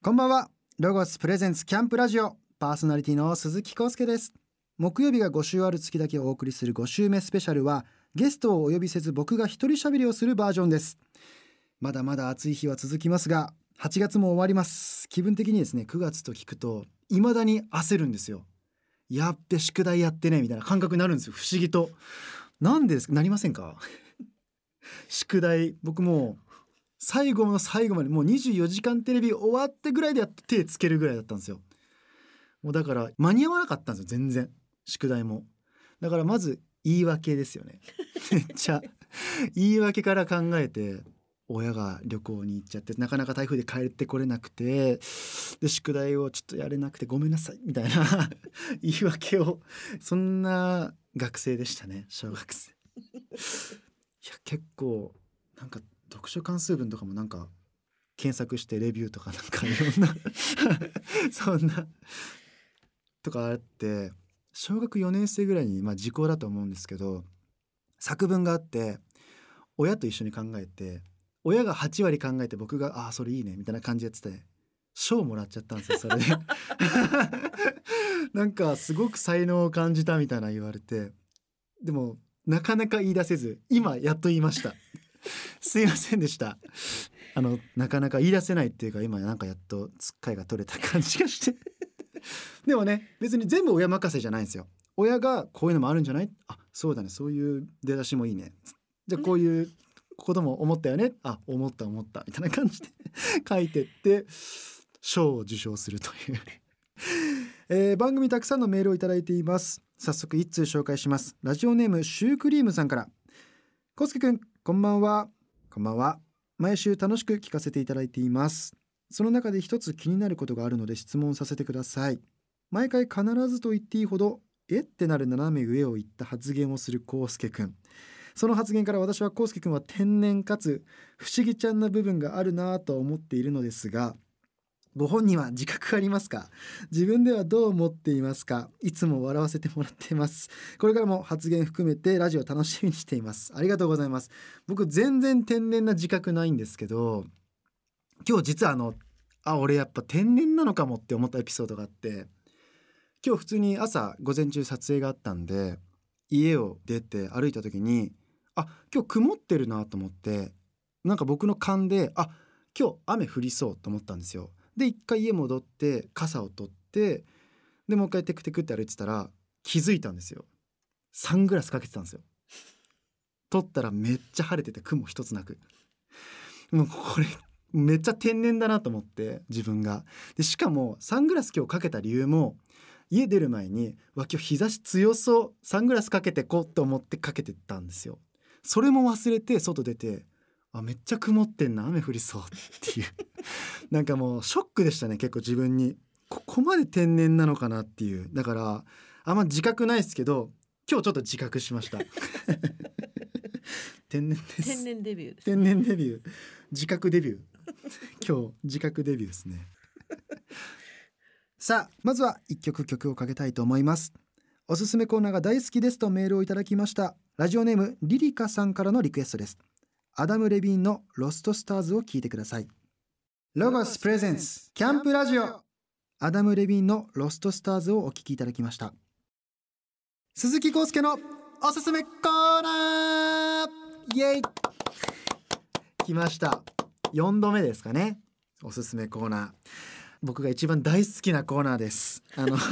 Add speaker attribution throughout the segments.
Speaker 1: こんばんは。ロゴスプレゼンツキャンプラジオパーソナリティの鈴木康介です。木曜日が5週ある月だけお送りする5週目スペシャルは、ゲストをお呼びせず僕が一人喋りをするバージョンです。まだまだ暑い日は続きますが、8月も終わります。気分的にですね、9月と聞くと未だに焦るんですよ。やっべ宿題やってねみたいな感覚になるんですよ。不思議と。なんでですか、なりませんか宿題、僕もう最後の最後までもう24時間テレビ終わってぐらいでやっと手つけるぐらいだったんですよ。もうだから間に合わなかったんですよ、全然宿題も。だからまず言い訳ですよねめっちゃ言い訳から考えて、親が旅行に行っちゃってなかなか台風で帰ってこれなくて、で宿題をちょっとやれなくてごめんなさいみたいな言い訳を、そんな学生でしたね、小学生いや結構なんか読書関数文とかもなんか検索してレビューとかなんかいろんなそんなとかあって、小学4年生ぐらいに時効だと思うんですけど、作文があって親と一緒に考えて、親が8割考えて僕がそれいいねみたいな感じでやってて賞もらっちゃったんですよ、それでなんかすごく才能を感じたみたいな言われて、でもなかなか言い出せず、今やっと言いましたすいませんでした。なかなか言い出せないっていうか、今なんかやっとつっかいが取れた感じがしてでもね、別に全部親任せじゃないんですよ。親がこういうのもあるんじゃない、そうだね、そういう出だしもいいね、じゃあこういうことも思ったよね、思ったみたいな感じで書いてって賞を受賞するという番組たくさんのメールをいただいています。早速一通紹介します。ラジオネームシュークリームさんから。コウスケくん、こんばんは。こんばんは。毎週楽しく聞かせていただいています。その中で一つ気になることがあるので質問させてください。毎回必ずと言っていいほどってなる斜め上を言った発言をするコウスケくん。その発言から私はコウスケくんは天然かつ不思議ちゃんな部分があるなと思っているのですが、ご本人は自覚ありますか？自分ではどう思っていますか？いつも笑わせてもらっています。これからも発言含めてラジオ楽しみにしています。ありがとうございます。僕全然天然な自覚ないんですけど、今日実は俺やっぱ天然なのかもって思ったエピソードがあって、今日普通に朝午前中撮影があったんで家を出て歩いた時に、今日曇ってるなと思って、なんか僕の勘で今日雨降りそうと思ったんですよ。で一回家戻って傘を取って、でもう一回テクテクって歩いてたら気づいたんですよ。サングラスかけてたんですよ。取ったらめっちゃ晴れてて雲一つなく、もうこれめっちゃ天然だなと思って、自分が。でしかもサングラス今日かけた理由も、家出る前に今日日差し強そう、サングラスかけてこうと思ってかけてたんですよ。それも忘れて外出て、めっちゃ曇ってんな、雨降りそうっていうなんかもうショックでしたね、結構自分に。ここまで天然なのかなっていう。だからあんま自覚ないですけど、今日ちょっと自覚しました天然です。
Speaker 2: 天然デビューです。
Speaker 1: 天然デビュー、自覚デビュー今日自覚デビューですねさあまずは一曲曲をかけたいと思います。おすすめコーナーが大好きですとメールをいただきました。ラジオネームリリカさんからのリクエストです。アダム・レビーンのロストスターズを聞いてください。ロゴスプレゼンスキャンプラジオ、アダム・レビーンのロストスターズをお聞きいただきました。鈴木康介のおすすめコーナー、イエイ来ました。4度目ですかね、おすすめコーナー。僕が一番大好きなコーナーです。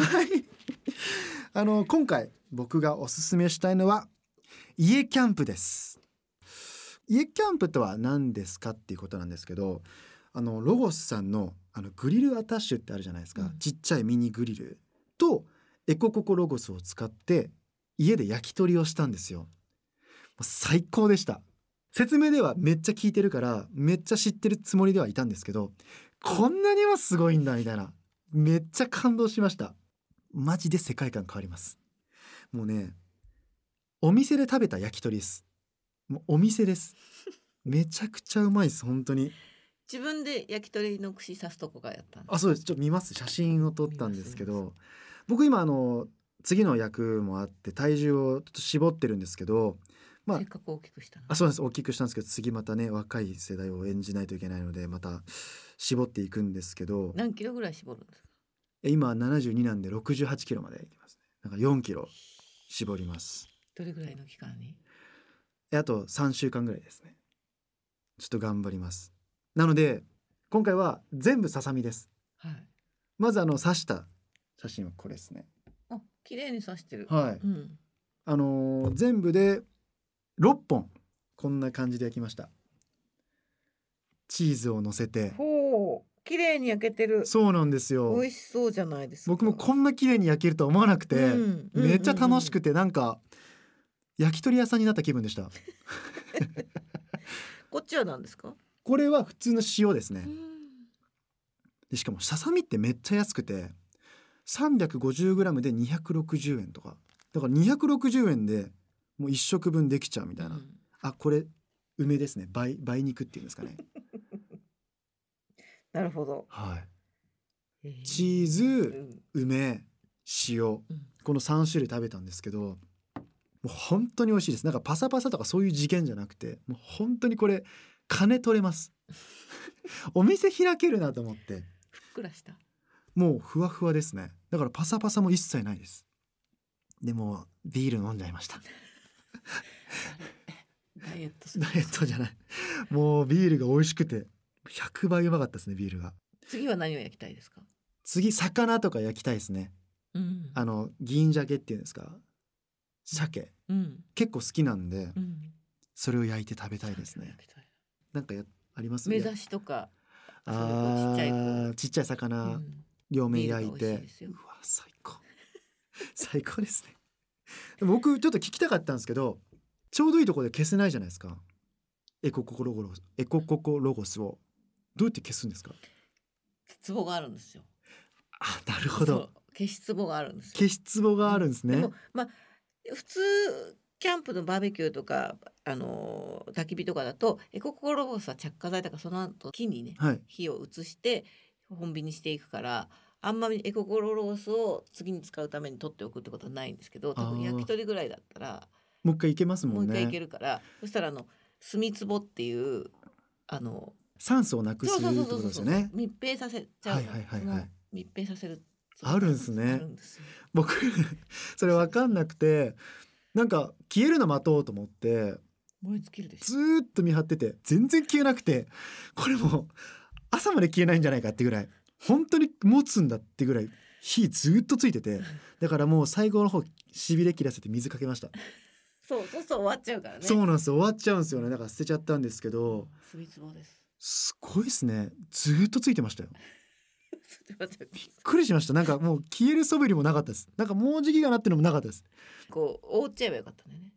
Speaker 1: 今回僕がおすすめしたいのは家キャンプです。家キャンプとは何ですかっていうことなんですけど、ロゴスさんのグリルアタッシュってあるじゃないですか、ちっちゃいミニグリルとエコココロゴスを使って家で焼き鳥をしたんですよ。もう最高でした。説明ではめっちゃ聞いてるからめっちゃ知ってるつもりではいたんですけど、こんなにもすごいんだみたいな、めっちゃ感動しました。マジで世界観変わります。もうね、お店で食べた焼き鳥です。もうお店ですめちゃくちゃうまいです、本当に。
Speaker 2: 自分で焼き鳥の串刺すとこがやったんです。
Speaker 1: そうです。ちょっと見ます。写真を撮ったんですけど、僕今次の役もあって体重をちょっと絞ってるんですけど、
Speaker 2: せっかく大きくしたの。
Speaker 1: そうです。大きくしたんですけど、次またね若い世代を演じないといけないので、また絞っていくんですけど、
Speaker 2: 何キロぐらい絞るんですか？
Speaker 1: 今72なんで68キロまでいきますね。だから4キロ絞ります。
Speaker 2: どれぐらいの期間に？
Speaker 1: あと3週間ぐらいですね。ちょっと頑張ります。なので今回は全部ささみです。
Speaker 2: はい。
Speaker 1: まず刺した写真はこれですね。
Speaker 2: あ、綺麗に刺してる。
Speaker 1: はい、
Speaker 2: うん、
Speaker 1: 全部で6本こんな感じで焼きました。チーズを乗せて。
Speaker 2: ほう、綺麗に焼けてる。
Speaker 1: そうなんですよ。
Speaker 2: 美味しそうじゃないですか。
Speaker 1: 僕もこんな綺麗に焼けるとは思わなくて、めっちゃ楽しくて、なんか焼き鳥屋さんになった気分でした。
Speaker 2: こっちは何ですか？
Speaker 1: これは普通の塩ですね。でしかもささみってめっちゃ安くて 350g で260円とかだから260円でもう1食分できちゃうみたいな、あ、これ梅ですね。梅肉っていうんですかね。
Speaker 2: なるほど。
Speaker 1: はい。チーズ、梅、塩、この3種類食べたんですけど、もう本当に美味しいです。なんかパサパサとかそういう事件じゃなくて、もう本当にこれ金取れます。お店開けるなと思って。
Speaker 2: ふっくらした。
Speaker 1: もうふわふわですね。だからパサパサも一切ないです。でもビール飲んじゃいました。
Speaker 2: ダイエット
Speaker 1: ダイエットじゃない。もうビールが美味しくて100倍うまかったですね、ビールが。
Speaker 2: 次は何を焼きたいですか？
Speaker 1: 次魚とか焼きたいですね。銀鮭っていうんですか、鮭、結構好きなんで、それを焼いて食べたいですね。なんかあります？
Speaker 2: 目指しとか。
Speaker 1: ちっちゃい魚、両面焼いて、うわ最高。最高ですね。でも僕ちょっと聞きたかったんですけど、ちょうどいいところで消せないじゃないですか。エコココロゴスをどうやって消すんですか？
Speaker 2: ツボがあるんですよ。
Speaker 1: あ、なるほど。
Speaker 2: 消しツボがあるんですよ。
Speaker 1: 消しツボがあるんですね。
Speaker 2: でも普通キャンプのバーベキューとか焚き火とかだとエココロゴスは着火剤とかその後木にね、火を移して本火にしていくから、あんまりエココロゴスを次に使うために取っておくってことはないんですけど、多分焼き鳥ぐらいだったら
Speaker 1: もう一回いけますもんね。
Speaker 2: もう一回いけるから、そしたら炭壺っていう
Speaker 1: 酸素をなくすってことですよね。
Speaker 2: 密閉させちゃう。密閉させる
Speaker 1: あるんですね。僕それ分かんなくて、なんか消えるの待とうと思って
Speaker 2: 燃え尽きるでしょ。
Speaker 1: ずーっと見張ってて全然消えなくて、これもう朝まで消えないんじゃないかってぐらい、本当に持つんだってぐらい火ずーっとついてて、だからもう最後の方しびれ切らせて水かけました。
Speaker 2: そう終わっちゃうからね。
Speaker 1: そうなんですよ、終わっちゃうんですよね。だから捨てちゃったんですけど、
Speaker 2: 炭壺です。
Speaker 1: すごいですね。ずーっとついてましたよ。びっくりしました。なんかもう消える素振りもなかったです。なんかもう時期がなってのもなかったです。
Speaker 2: こう覆っちゃえばよかったね。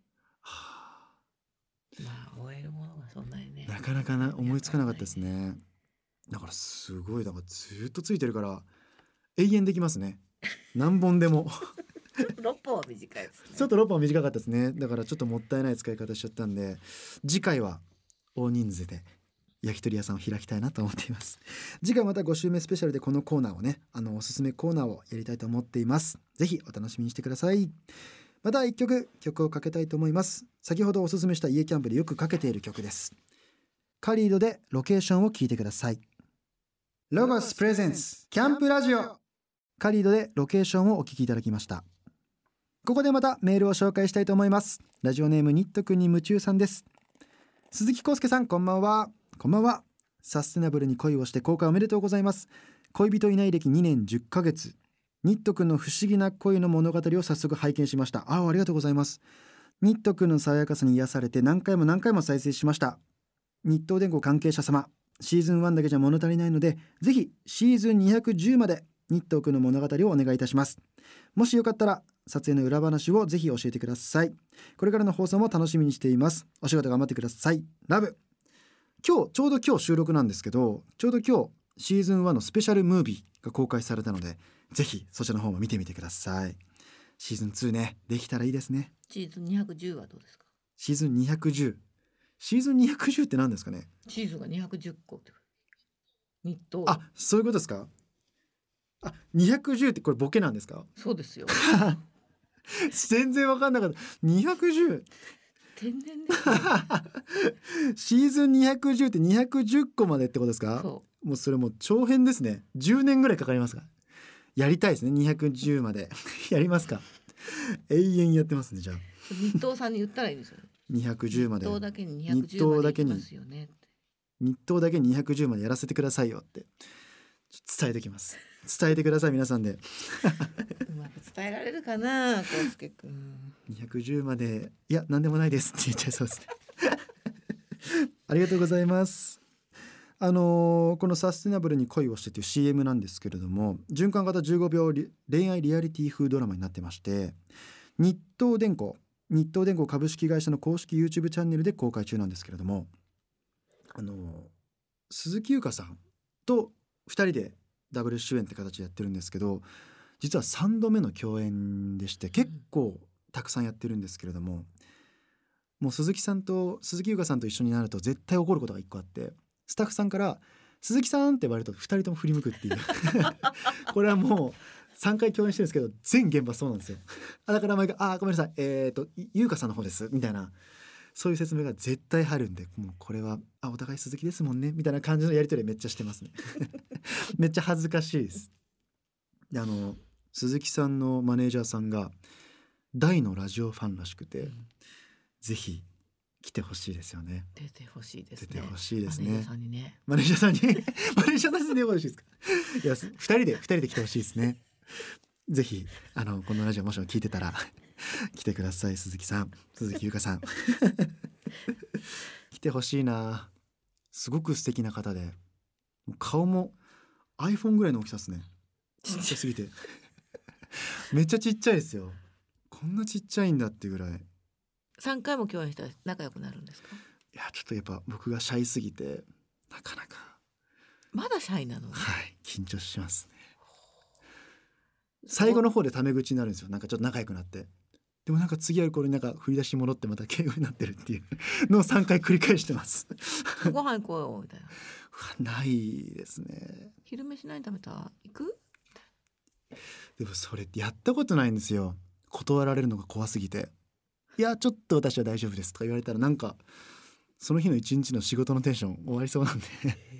Speaker 2: 燃えるものがそんなにね、
Speaker 1: なかなか思いつかなかったですね。だからすごい、だからずっとついてるから永遠できますね。何本でも。
Speaker 2: 6本は短いですね。
Speaker 1: ちょっと6本は短かったですね。だからちょっともったいない使い方しちゃったんで、次回は大人数で焼き鳥屋さんを開きたいなと思っています。次回また5週目スペシャルでこのコーナーをね、おすすめコーナーをやりたいと思っています。ぜひお楽しみにしてください。また1曲をかけたいと思います。先ほどおすすめした家キャンプでよくかけている曲です。カリードでロケーションを聞いてください。ロゴスプレゼンスキャンプラジオ、カリードでロケーションをお聞きいただきました。ここでまたメールを紹介したいと思います。ラジオネームニットくんに夢中さんです。鈴木康介さん、こんばんは。こんばんは。サステナブルに恋をして公開おめでとうございます。恋人いない歴2年10ヶ月、ニットくんの不思議な恋の物語を早速拝見しました。ありがとうございます。ニットくんの爽やかさに癒されて何回も再生しました。日東電工関係者様、シーズン1だけじゃ物足りないので、ぜひシーズン210までニットくんの物語をお願いいたします。もしよかったら撮影の裏話をぜひ教えてください。これからの放送も楽しみにしています。お仕事頑張ってください。ラブ。ちょうど今日収録なんですけど、ちょうど今日シーズン1のスペシャルムービーが公開されたので、ぜひそちらの方も見てみてください。シーズン2ね、できたらいいですね。
Speaker 2: シーズン210はどうですか？
Speaker 1: シーズン210。シーズン210って何ですかね？
Speaker 2: シーズンが210個って日東。
Speaker 1: そういうことですか？210ってこれボケなんですか？
Speaker 2: そうですよ。
Speaker 1: 全然分かんなかった。210
Speaker 2: 天然です、ね、
Speaker 1: シーズン210って210個までってことですか？ もうそれもう長編ですね。10年ぐらいかかりますが、やりたいですね。210までやりますか。永遠やってますね。じゃあ
Speaker 2: 日東さんに言ったらいいですよね。
Speaker 1: 210まで、
Speaker 2: 日東だけに210まで行きますよねって。
Speaker 1: 日東だけに210までやらせてくださいよって伝えてきます。伝えてください皆さんで
Speaker 2: うまく伝えられるかな、康介くん。
Speaker 1: 210までいや何でもないですって言っちゃいそうですねありがとうございます。このサステナブルに恋をしてという CM なんですけれども、循環型15秒恋愛リアリティ風ドラマになってまして、日東電工株式会社の公式 YouTube チャンネルで公開中なんですけれども、鈴木優香さんと2人でダブル主演って形でやってるんですけど、実は3度目の共演でして結構たくさんやってるんですけれども、もう鈴木優香さんと一緒になると絶対起こることが1個あって、スタッフさんから鈴木さんって言われると2人とも振り向くっていうこれはもう3回共演してるんですけど全現場そうなんですよ。だから毎回ごめんなさい優香さんの方ですみたいな、そういう説明が絶対入るんで、もうこれはお互い鈴木ですもんねみたいな感じのやり取りめっちゃしてますねめっちゃ恥ずかしいです。で鈴木さんのマネージャーさんが大のラジオファンらしくて、ぜひ来てほしいですよね。
Speaker 2: 出てほしいですね。
Speaker 1: 出てほしいですね。
Speaker 2: マネージャーさんにね。
Speaker 1: マネージャーさんにマネージャーさんに出てほしいですか。いや2人で来てほしいですね。ぜひこのラジオもしも聞いてたら来てください。鈴木優香さん来てほしいな。すごく素敵な方で、顔も iPhone ぐらいの大きさですね。ちっちゃすぎてめっちゃちっちゃいですよ。こんなちっちゃいんだっていうぐらい。
Speaker 2: 3回も共演したら仲良くなるんですか。
Speaker 1: いやちょっとやっぱ僕がシャイすぎてなかなか。
Speaker 2: まだシャイなのね。
Speaker 1: はい緊張しますね。最後の方でタメ口になるんですよ。なんかちょっと仲良くなって、でもなんか次やる頃になんか振り出しに戻ってまた敬語になってるっていうのを3回繰り返してます
Speaker 2: ご飯行こうよみたいな。
Speaker 1: ないですね。
Speaker 2: 昼飯何食べた行く。
Speaker 1: でもそれやったことないんですよ。断られるのが怖すぎて、いやちょっと私は大丈夫ですとか言われたら、なんかその日の一日の仕事のテンション終わりそうなんで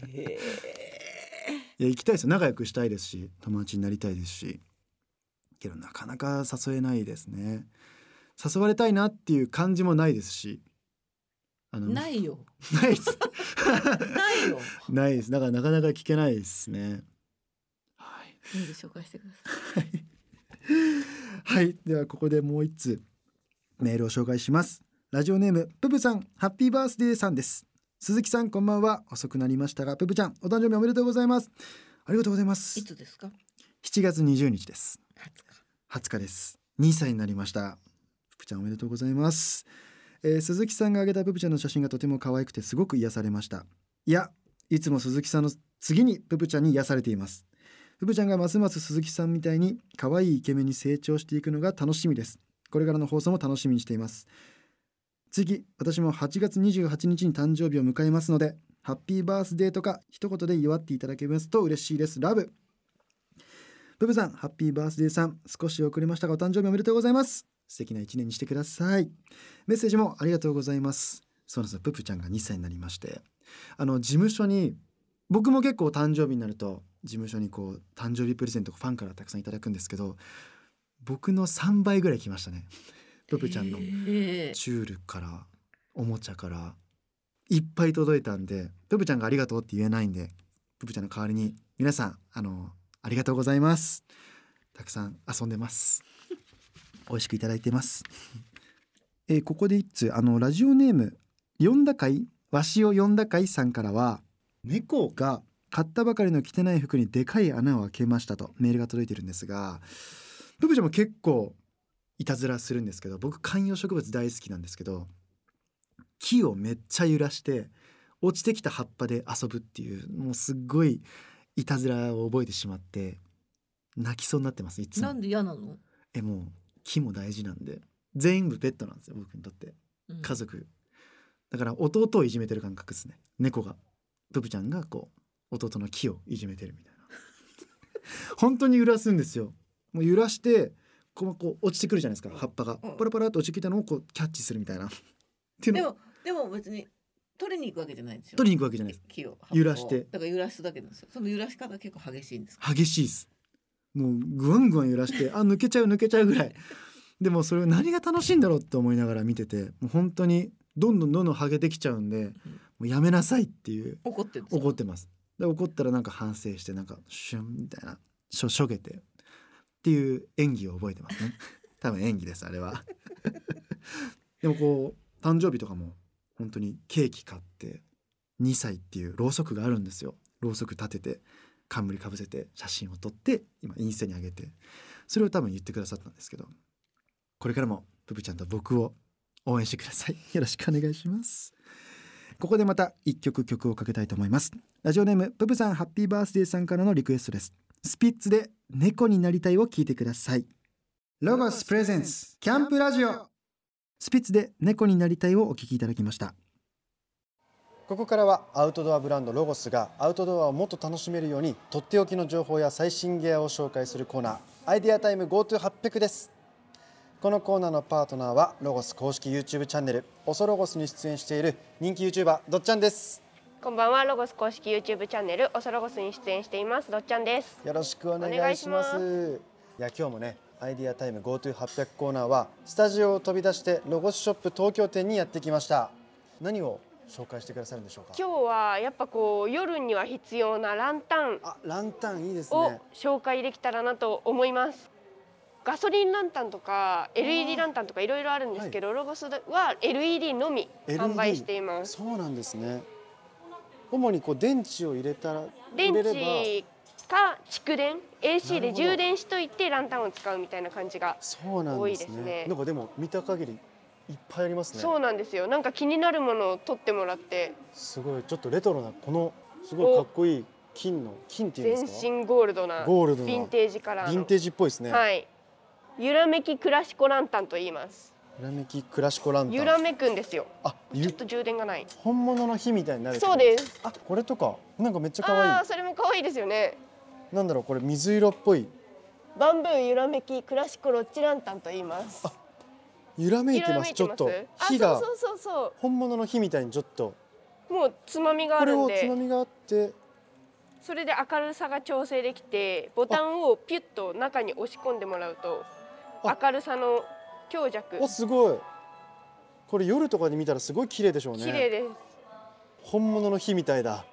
Speaker 1: いや行きたいですよ。仲良くしたいですし友達になりたいですし、けどなかなか誘えないですね。誘われたいなっていう感じもないですし、
Speaker 2: ないよ
Speaker 1: ないです
Speaker 2: ないよ
Speaker 1: ないです。だからなかなか聞けないですね。はい、
Speaker 2: メール紹介してください
Speaker 1: はい、ではここでもう一通メールを紹介します。ラジオネームププさん、ハッピーバースデーさんです。鈴木さんこんばんは。遅くなりましたがププちゃんお誕生日おめでとうございます。ありがとうございます。
Speaker 2: いつですか。
Speaker 1: 7月20日です。
Speaker 2: 20
Speaker 1: 日です。2歳になりました。ププちゃんおめでとうございます。鈴木さんが挙げたププちゃんの写真がとても可愛くてすごく癒されました。いつも鈴木さんの次にププちゃんに癒されています。ププちゃんがますます鈴木さんみたいに可愛いイケメンに成長していくのが楽しみです。これからの放送も楽しみにしています。次私も8月28日に誕生日を迎えますので、ハッピーバースデーとか一言で祝っていただけますと嬉しいです。ラブ。ププさんハッピーバースデーさん、少し遅れましたがお誕生日おめでとうございます。素敵な一年にしてください。メッセージもありがとうございます。そうなんですよ、ププちゃんが2歳になりまして、事務所に僕も結構誕生日になると事務所にこう誕生日プレゼントをファンからたくさんいただくんですけど、僕の3倍ぐらい来ましたね。ププちゃんのチュールからおもちゃからいっぱい届いたんで、ププちゃんがありがとうって言えないんで、ププちゃんの代わりに皆さんありがとうございます。たくさん遊んでます美味しくいただいてますここで一通ラジオネーム呼んだかいわしを呼んだかいさんからは、猫が買ったばかりの着てない服にでかい穴を開けましたとメールが届いてるんですが、ププちゃんも結構いたずらするんですけど、僕観葉植物大好きなんですけど、木をめっちゃ揺らして落ちてきた葉っぱで遊ぶっていう、もうすっごいいたずらを覚えてしまって泣きそうになってます。いつも。
Speaker 2: なんで嫌なの。
Speaker 1: もう木も大事なんで、全部ペットなんですよ僕にとって、家族だから弟をいじめてる感覚ですね。猫がププちゃんがこう弟の木をいじめてるみたいな本当に揺らすんですよ。もう揺らしてこう落ちてくるじゃないですか、葉っぱがパラパラと落ちてきたのをこうキャッチするみたいなっていうの。
Speaker 2: でも別に取りに行くわけじゃないんですよ。
Speaker 1: 取りに行くわけじゃないです。
Speaker 2: 木を
Speaker 1: 揺らして。
Speaker 2: だから揺らすだけなんですよ。その揺らし方結構激しいんですか？
Speaker 1: 激しいです。もうぐわんぐわん揺らして抜けちゃうぐらいでもそれ何が楽しいんだろうって思いながら見てて、もう本当にどんどん剥げてきちゃうんで、もうやめなさいっていう
Speaker 2: 怒って
Speaker 1: ます。で怒ったらなんか反省してなんかシュンみたいなしょげてっていう演技を覚えてますね多分演技ですあれはでもこう誕生日とかも本当にケーキ買って2歳っていうろうそくがあるんですよ。ろうそく立てて冠かぶせて写真を撮って今インスタに上げて、それを多分言ってくださったんですけど、これからもププちゃんと僕を応援してください。よろしくお願いします。ここでまた一曲をかけたいと思います。ラジオネームププさんハッピーバースデーさんからのリクエストです。スピッツで猫になりたいを聞いてください。ロゴスプレゼンスキャンプラジオ、スピッツで猫になりたいをお聞きいただきました。ここからはアウトドアブランドロゴスがアウトドアをもっと楽しめるようにとっておきの情報や最新ギアを紹介するコーナー、アイデアタイム GoTo800 です。このコーナーのパートナーはロゴス公式 YouTube チャンネルオソロゴスに出演している人気 YouTuber どっちゃんです。
Speaker 3: こんばんは。ロゴス公式 YouTube チャンネルオソロゴスに出演していますどっちゃんです。
Speaker 1: よろしくお願いします。いや今日もねアイデアタイム GoTo800 コーナーはスタジオを飛び出してロゴスショップ東京店にやってきました。何を紹介してくださるんでしょうか？
Speaker 3: 今日はやっぱこう夜には必要なランタン
Speaker 1: いいですね
Speaker 3: を紹介できたらなと思います。ガソリンランタンとか LED ランタンとかいろいろあるんですけど、ロゴスは LED のみ販売しています。
Speaker 1: そうなんですね。主にこう電池を入れたら
Speaker 3: 電池か蓄電 AC で充電しといてランタンを使うみたいな感じが多いですね。
Speaker 1: なんかでも見た限りいっぱいありますね。
Speaker 3: そうなんですよ。なんか気になるものを取ってもらって、
Speaker 1: すごいちょっとレトロなこのすごいかっこいい金っていうんですか？
Speaker 3: 全身ゴールドなヴィンテージカラーの
Speaker 1: ヴィンテージっぽいですね。
Speaker 3: はい。ゆらめきクラシコランタンと言います。
Speaker 1: ゆらめきクラシコランタン。
Speaker 3: ゆらめくんですよ。ちょっと充電がない。
Speaker 1: 本物の火みたいになる。
Speaker 3: そうです。
Speaker 1: これとかなんかめっちゃ可愛い。
Speaker 3: それも可愛いですよね。
Speaker 1: なんだろうこれ水色っぽい。
Speaker 3: バンブーゆらめきクラシコロッチランタンと言います。
Speaker 1: 揺らめいてます。ちょっと火が
Speaker 3: そう
Speaker 1: 本物の火みたいにちょっと
Speaker 3: もうつまみがあるんで、
Speaker 1: これをつまみがあって
Speaker 3: それで明るさが調整できて、ボタンをピュッと中に押し込んでもらうと明るさの強弱。
Speaker 1: すごい。これ夜とかに見たらすごい綺麗でしょうね。
Speaker 3: 綺麗です。
Speaker 1: 本物の火みたいだ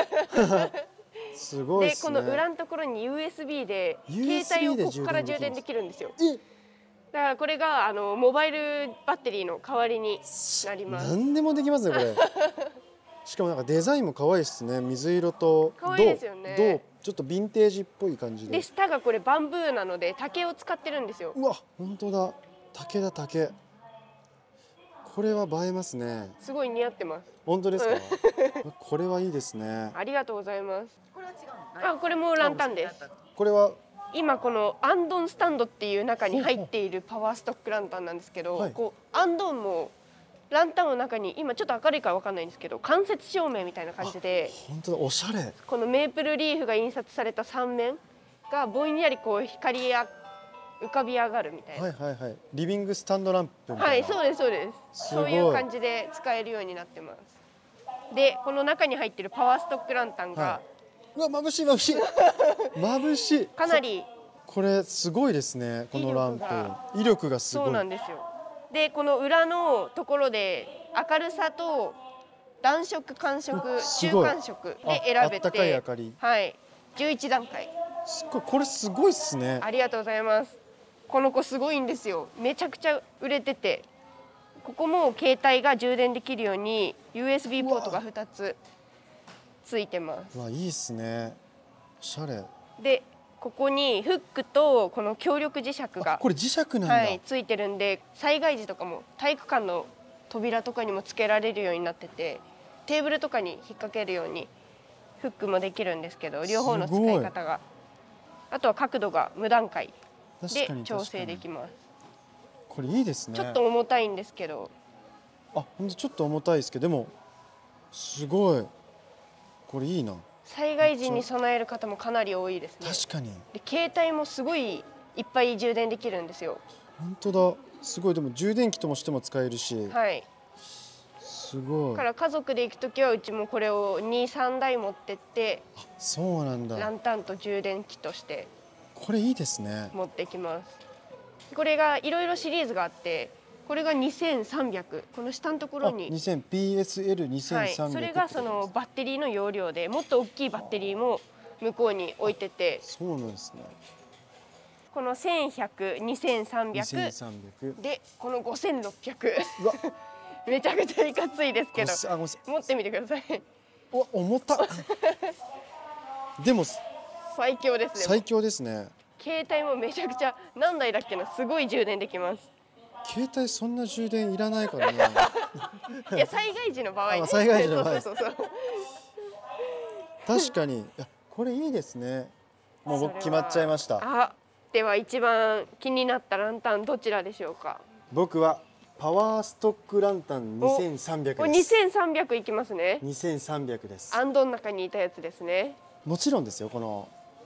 Speaker 1: すごいですね。
Speaker 3: でこの裏のところに USB で携帯をここから充電できるんですよ。だからこれがモバイルバッテリーの代わりになります。
Speaker 1: 何でもできますねこれしかもなんかデザインも可愛いですね。水色と
Speaker 3: 可愛いですよね。
Speaker 1: ちょっとヴィンテージっぽい感じで。
Speaker 3: 下がこれバンブーなので竹を使ってるんですよ。
Speaker 1: うわ本当だ、竹。これは映えますね。
Speaker 3: すごい似合ってます。
Speaker 1: 本当ですかこれはいいですね。
Speaker 3: ありがとうございます。これは違うの？これもランタンです。
Speaker 1: これは
Speaker 3: 今このアンドンスタンドっていう中に入っているパワーストックランタンなんですけど、こうアンドンもランタンの中に今ちょっと明るいからわかんないんですけど間接照明みたいな感じで、
Speaker 1: 本当だおしゃれ。
Speaker 3: このメープルリーフが印刷された3面がぼんやりこう光や浮かび上がるみたいな。
Speaker 1: リビングスタンドランプみたいな。
Speaker 3: そうです。そういう感じで使えるようになってます。でこの中に入っているパワーストックランタンが、
Speaker 1: うわ眩しい
Speaker 3: かなり
Speaker 1: これすごいですね。このランプ威力がすごい。
Speaker 3: そうなんですよ。でこの裏のところで明るさと暖色寒色中間色で選べて、
Speaker 1: あったかい明かり、
Speaker 3: 11段階。
Speaker 1: これすごいっすね。
Speaker 3: ありがとうございます。この子すごいんですよ。めちゃくちゃ売れてて、ここも携帯が充電できるように USB ポートが2つついてます。
Speaker 1: いいっすね。おしゃれ
Speaker 3: でここにフックとこの強力磁石が
Speaker 1: これ磁石なんだ、
Speaker 3: ついてるんで、災害時とかも体育館の扉とかにもつけられるようになってて、テーブルとかに引っ掛けるようにフックもできるんですけど、両方の使い方が、あとは角度が無段階で調整できます。
Speaker 1: これいいですね。
Speaker 3: ちょっと重たいんですけど、
Speaker 1: ほんとちょっと重たいですけど、でもすごいこれいいな。
Speaker 3: 災害時に備える方もかなり多いですね。
Speaker 1: 確かに。
Speaker 3: で携帯もすごいいっぱい充電できるんですよ。
Speaker 1: 本当だ、すごい。でも充電器ともしても使えるし、
Speaker 3: す
Speaker 1: すごい。
Speaker 3: から家族で行くときはうちもこれを2、3台持ってって、
Speaker 1: そうなんだ。
Speaker 3: ランタンと充電器として
Speaker 1: これいいですね。
Speaker 3: 持ってきます。これがいろいろシリーズがあって、これが2300、この下のところに
Speaker 1: PSL2300、
Speaker 3: はい、それがそのバッテリーの容量で、もっと大きいバッテリーも向こうに置いてて、
Speaker 1: そうなんですね。
Speaker 3: この1100、2300
Speaker 1: 2300
Speaker 3: でこの5600
Speaker 1: うわ
Speaker 3: めちゃくちゃいかついですけど、
Speaker 1: ごめんなさい。
Speaker 3: 持ってみてください。
Speaker 1: うわ重たでも
Speaker 3: 最強ですね。
Speaker 1: 最強ですね。
Speaker 3: 携帯もめちゃくちゃ、何台だっけな、すごい充電できます。
Speaker 1: 携帯そんな充電いらないからね
Speaker 3: いや、災害時の場合ね。
Speaker 1: 災害時の場合
Speaker 3: そうそうそうそう。
Speaker 1: 確かに。いやこれいいですね。もう僕決まっちゃいました。
Speaker 3: あ、では一番気になったランタンどちらでしょうか。
Speaker 1: 僕はパワーストックランタン2300
Speaker 3: これ
Speaker 1: です。
Speaker 3: 2300いきますね。
Speaker 1: 2300です。
Speaker 3: アンドの中にいたやつですね。
Speaker 1: もちろんですよ。この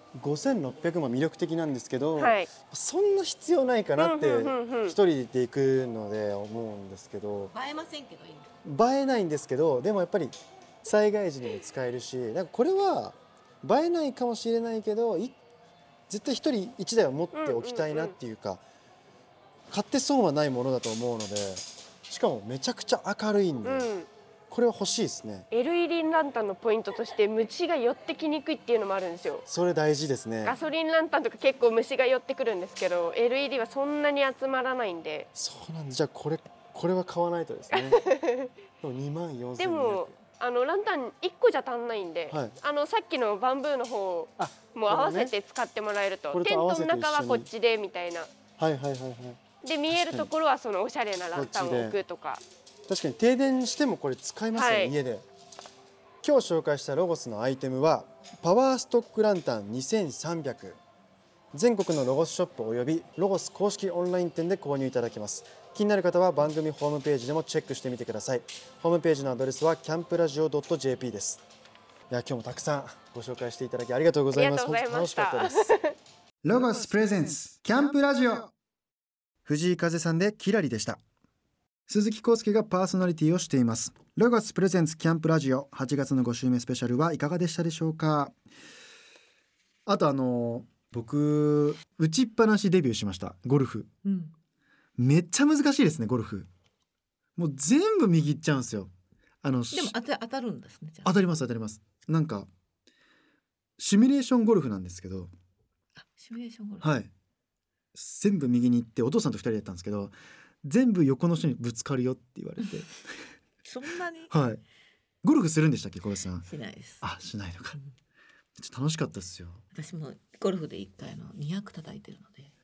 Speaker 1: 5600も魅力的なんですけど、
Speaker 3: はい、
Speaker 1: そんな必要ないかなって
Speaker 3: 一
Speaker 1: 一人で行くので思うんですけど、
Speaker 2: 映えませんけど今
Speaker 1: 映えないんですけど、でもやっぱり災害時にも使えるし、なんかこれは映えないかもしれないけど絶対一人一台は持っておきたいなっていうか、買って損はないものだと思うので、しかもめちゃくちゃ明るいんで、これは欲しいですね。
Speaker 3: LED ランタンのポイントとして虫が寄ってきにくいっていうのもあるんですよ。
Speaker 1: それ大事ですね。
Speaker 3: ガソリンランタンとか結構虫が寄ってくるんですけど、 LED はそんなに集まらないんで。
Speaker 1: そうなんで、じゃあこれは買わないとですねでも24200
Speaker 3: でもランタン1個じゃ足んないんで、
Speaker 1: はい、
Speaker 3: さっきのバンブーの方も合わせて使ってもらえると、テントの中はこっちでみたいな。
Speaker 1: はいはいはいはい
Speaker 3: で見えるところはそのおしゃれなランタンを置くとか。
Speaker 1: 確かに停電してもこれ使いますよね、はい、家で。今日紹介したロゴスのアイテムはパワーストックランタン2300、全国のロゴスショップおよびロゴス公式オンライン店で購入いただけます。気になる方は番組ホームページでもチェックしてみてください。ホームページのアドレスは campradio.jp です。いや今日もたくさんご紹介していただきありがとうございます。本当楽しかったですロゴスプレゼンツキャンプラジオ、藤井風さんでキラリでした。鈴木康介がパーソナリティをしていますロゴスプレゼンツキャンプラジオ8月の5週目スペシャルはいかがでしたでしょうか。あと僕打ちっぱなしデビューしました。ゴルフ、めっちゃ難しいですね。ゴルフもう全部右行っちゃうんですよ。でも
Speaker 2: 当たるんですね。
Speaker 1: 当たります当たります。なんかシミュレーションゴルフなんですけど、
Speaker 2: シミュレーションゴルフ、
Speaker 1: はい、全部右に行って、お父さんと2人でやったんですけど全部横の人にぶつかるよって言われて
Speaker 2: そんなに、
Speaker 1: はい。ゴルフするんでしたっけ小林さん。し
Speaker 2: ないです。
Speaker 1: しないのか、ちょっと楽しかったですよ。
Speaker 2: 私もゴルフで1回の200叩いてるので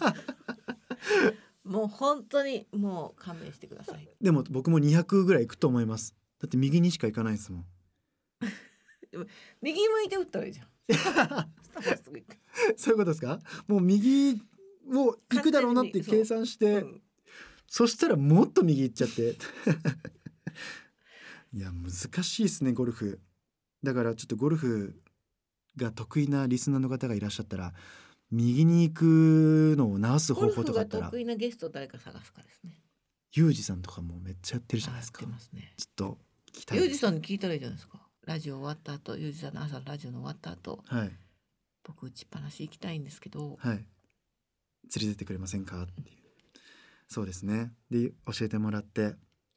Speaker 2: もう本当にもう勘弁してください。
Speaker 1: でも僕も200ぐらい行くと思います。だって右にしか行かないですもん
Speaker 2: 右向いて打ったらいいじゃん
Speaker 1: そういうことですか。もう右を行くだろうなって計算して、そしたらもっと右行っちゃっていや難しいですねゴルフ。だからちょっとゴルフが得意なリスナーの方がいらっしゃったら、右に行くのを直す方法とかあったら。
Speaker 2: ゴルフが得意なゲストを誰か探すかですね。
Speaker 1: ユージさんとかもめっちゃやってるじゃないですか。
Speaker 2: ね、
Speaker 1: ちょっと聞きたいです。
Speaker 2: ユージさんに聞いたらいいじゃないですか。ラジオ終わった後、ユージさんの朝のラジオの終わった後、
Speaker 1: はい、
Speaker 2: 僕打ちっぱなし行きたいんですけど、
Speaker 1: はい、連れてってくれませんかっていう、そうですね。で教えてもらって。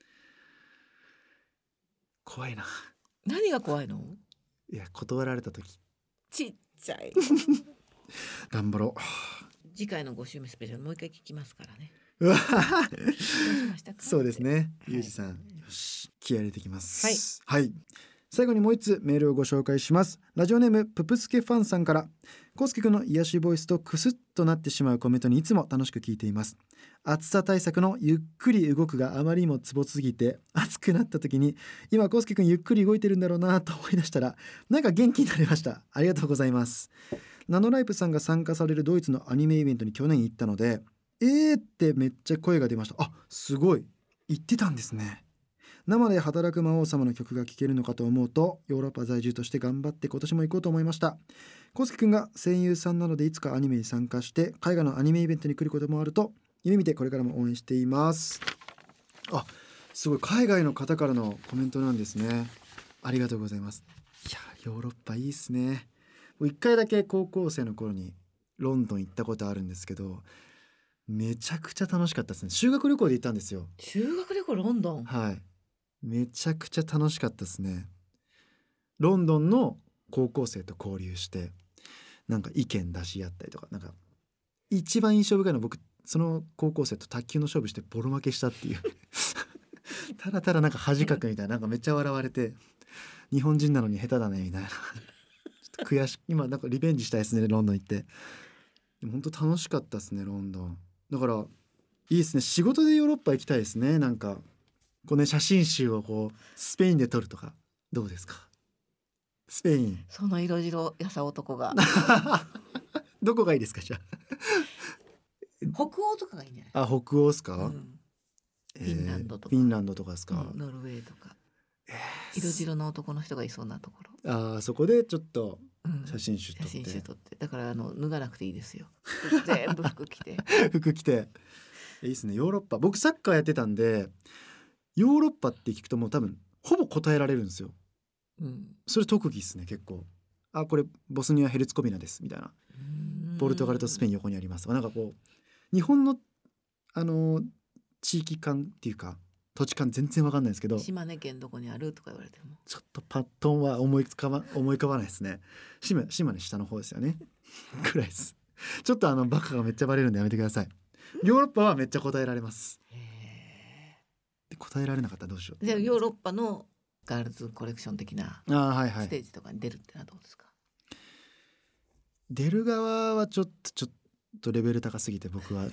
Speaker 1: 怖いな。
Speaker 2: 何が怖いの？
Speaker 1: いや断られた時
Speaker 2: ちっちゃい
Speaker 1: 頑張ろう。
Speaker 2: 次回の5週目スペシャルもう一回聞きますからね。
Speaker 1: うわそうですね、はい、ゆうじさん、よし気合入れてきます。はい、はい、最後にもう一つメールをご紹介します。ラジオネームププスケファンさんから、コウスケくんの癒しボイスとクスッとなってしまうコメントにいつも楽しく聞いています。暑さ対策のゆっくり動くがあまりにもツボすぎて、暑くなった時に今コウスケくんゆっくり動いてるんだろうなと思い出したら、なんか元気になりました。ありがとうございます。ナノライプさんが参加されるドイツのアニメイベントに去年行ったので、ってめっちゃ声が出ました。すごい言ってたんですね。生で働く魔王様の曲が聴けるのかと思うと、ヨーロッパ在住として頑張って今年も行こうと思いました。コウスケくんが声優さんなので、いつかアニメに参加して海外のアニメイベントに来ることもあると夢見て、これからも応援しています。 すごい海外の方からのコメントなんですね。ありがとうございます。いやヨーロッパいいですね。一回だけ高校生の頃にロンドン行ったことあるんですけど、めちゃくちゃ楽しかったですね。修学旅行で行ったんですよ。
Speaker 2: 修学旅行ロンドン。
Speaker 1: はい、めちゃくちゃ楽しかったですね。ロンドンの高校生と交流して、なんか意見出し合ったりとか、なんか一番印象深いのは僕その高校生と卓球の勝負してボロ負けしたっていうただただなんか恥かくみたいな、なんかめっちゃ笑われて、日本人なのに下手だねみたいなちょっと悔しい。今なんかリベンジしたいですね、ロンドン行って。でも本当楽しかったですね、ロンドン。だからいいですね、仕事でヨーロッパ行きたいですね。なんかこうね、写真集をこうスペインで撮るとかどうですか？スペイン。
Speaker 2: その色白やさ男が
Speaker 1: どこがいいですか？じゃあ
Speaker 2: 北欧とかがいいんじゃない？
Speaker 1: あ、北欧ですか？
Speaker 2: フィンランドとか、
Speaker 1: フィンランドとかですか？
Speaker 2: ノルウェーとか、色白の男の人がいそうなとこ
Speaker 1: ろ。そこでちょっと写真集撮って、
Speaker 2: 写真集撮って、だから脱がなくていいですよ全部服着て
Speaker 1: 服着て。いいですね、ヨーロッパ。僕サッカーやってたんで、ヨーロッパって聞くともう多分ほぼ答えられるんですよ。それ特技ですね、結構。これボスニア・ヘルツコビナですみたいな。ポルトガルとスペイン横にあります。なんかこう日本の地域感っていうか土地感全然わかんないですけど、
Speaker 2: 島根県どこにあるとか言われても
Speaker 1: ちょっとパッとンは思い浮かばないですね。島根下の方ですよねくらいです。ちょっとバカがめっちゃバレるんでやめてください。ヨーロッパはめっちゃ答えられます。で答えられなかったらどうしよう。
Speaker 2: じゃあヨーロッパのガールズコレクション的なステージとかに出るってのはどうですか？
Speaker 1: 出る側はちょっとレベル高すぎて僕は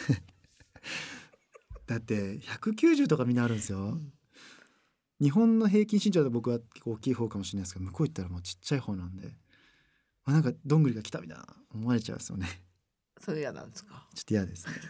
Speaker 1: だって190とかみんなあるんですよ。日本の平均身長で僕は結構大きい方かもしれないですけど、向こう行ったらもうちっちゃい方なんで、なんかどんぐりが来たみたいな思われちゃうんですよね。
Speaker 2: それ嫌なんですか？
Speaker 1: ちょっと嫌ですね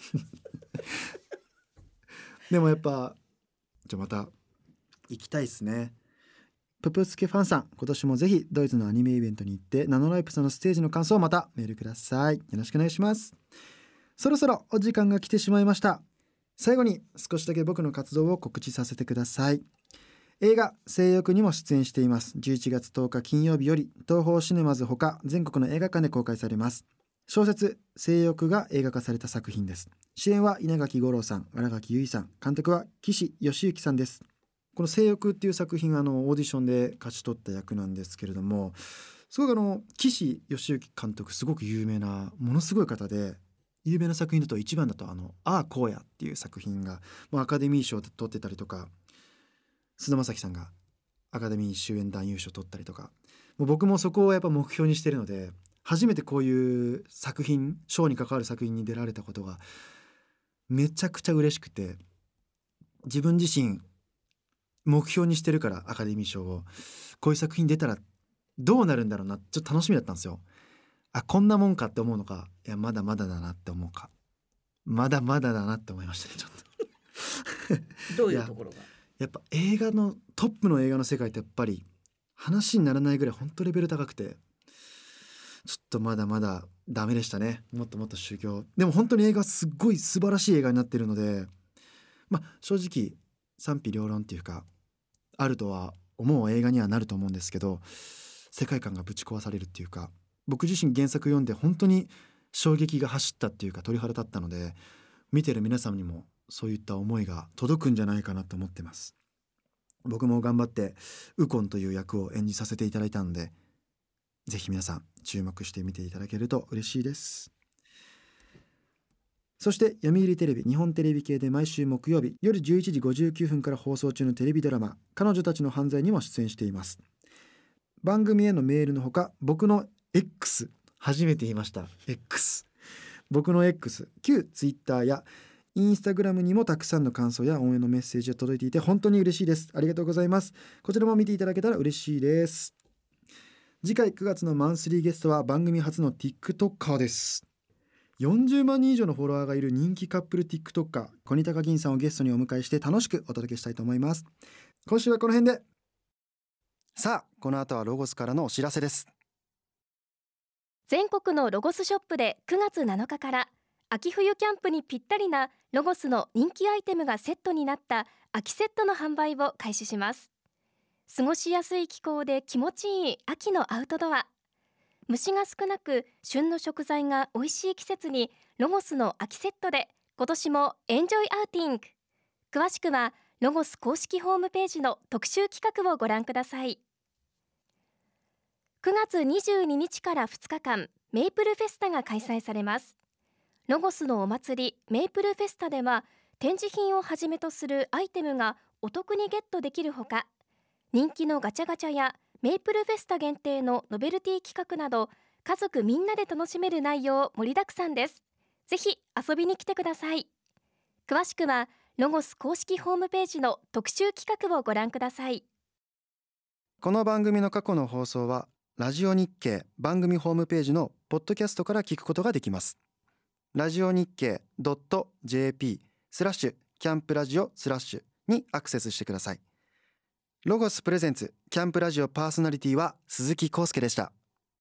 Speaker 1: でもやっぱまた行きたいですね。ププスケファンさん、今年もぜひドイツのアニメイベントに行ってナノライプさんのステージの感想をまたメールください。よろしくお願いします。そろそろお時間が来てしまいました。最後に少しだけ僕の活動を告知させてください。映画性欲にも出演しています。11月10日金曜日より東宝シネマズほか全国の映画館で公開されます。小説性欲が映画化された作品です。主演は稲垣吾郎さん、新垣結衣さん、監督は岸義行さんです。この性欲っていう作品はオーディションで勝ち取った役なんですけれども、すごく岸義行監督すごく有名なものすごい方で、有名な作品だと一番だと荒野っていう作品がもうアカデミー賞を取ってたりとか、菅田将暉さんがアカデミー主演男優賞を取ったりとか、もう僕もそこをやっぱ目標にしてるので、初めてこういう作品、賞に関わる作品に出られたことがめちゃくちゃ嬉しくて、自分自身目標にしてるから、アカデミー賞をこういう作品出たらどうなるんだろうな、ちょっと楽しみだったんですよ。こんなもんかって思うのか、いやまだまだだなって思うか、まだまだだなって思いましたね、ちょっ
Speaker 2: とどういうところが
Speaker 1: やっぱ映画のトップの映画の世界ってやっぱり話にならないぐらい本当レベル高くて、ちょっとまだまだダメでしたね。もっともっと修行。でも本当に映画すっごい素晴らしい映画になってるので、正直賛否両論っていうかあるとは思う映画にはなると思うんですけど、世界観がぶち壊されるっていうか、僕自身原作読んで本当に衝撃が走ったっていうか鳥肌立ったので、見てる皆さんにもそういった思いが届くんじゃないかなと思ってます。僕も頑張ってウコンという役を演じさせていただいたので、ぜひ皆さん注目してみていただけると嬉しいです。そして読売テレビ、日本テレビ系で毎週木曜日夜11時59分から放送中のテレビドラマ彼女たちの犯罪にも出演しています。番組へのメールのほか、僕の X、 初めて言いました X、 僕の X、 旧 Twitter やインスタグラムにもたくさんの感想や応援のメッセージが届いていて本当に嬉しいです。ありがとうございます。こちらも見ていただけたら嬉しいです。次回9月のマンスリーゲストは番組初の TikToker です。40万人以上のフォロワーがいる人気カップル TikToker 小仁高銀さんをゲストにお迎えして楽しくお届けしたいと思います。今週はこの辺で。さあこの後はロゴスからのお知らせです。
Speaker 4: 全国のロゴスショップで9月7日から秋冬キャンプにぴったりなロゴスの人気アイテムがセットになった秋セットの販売を開始します。過ごしやすい気候で気持ちいい秋のアウトドア、虫が少なく旬の食材が美味しい季節にロゴスの秋セットで今年もエンジョイアウティング。詳しくはロゴス公式ホームページの特集企画をご覧ください。9月22日から2日間メイプルフェスタが開催されます。ロゴスのお祭りメイプルフェスタでは展示品をはじめとするアイテムがお得にゲットできるほか、人気のガチャガチャやメイプルフェスタ限定のノベルティ企画など家族みんなで楽しめる内容盛りだくさんです。ぜひ遊びに来てください。詳しくはロゴス公式ホームページの特集企画をご覧ください。
Speaker 1: この番組の過去の放送はラジオ日経番組ホームページのポッドキャストから聞くことができます。ラジオ日経 .jp/キャンプラジオ/にアクセスしてください。ロゴスプレゼンツキャンプラジオパーソナリティは鈴木康介でした。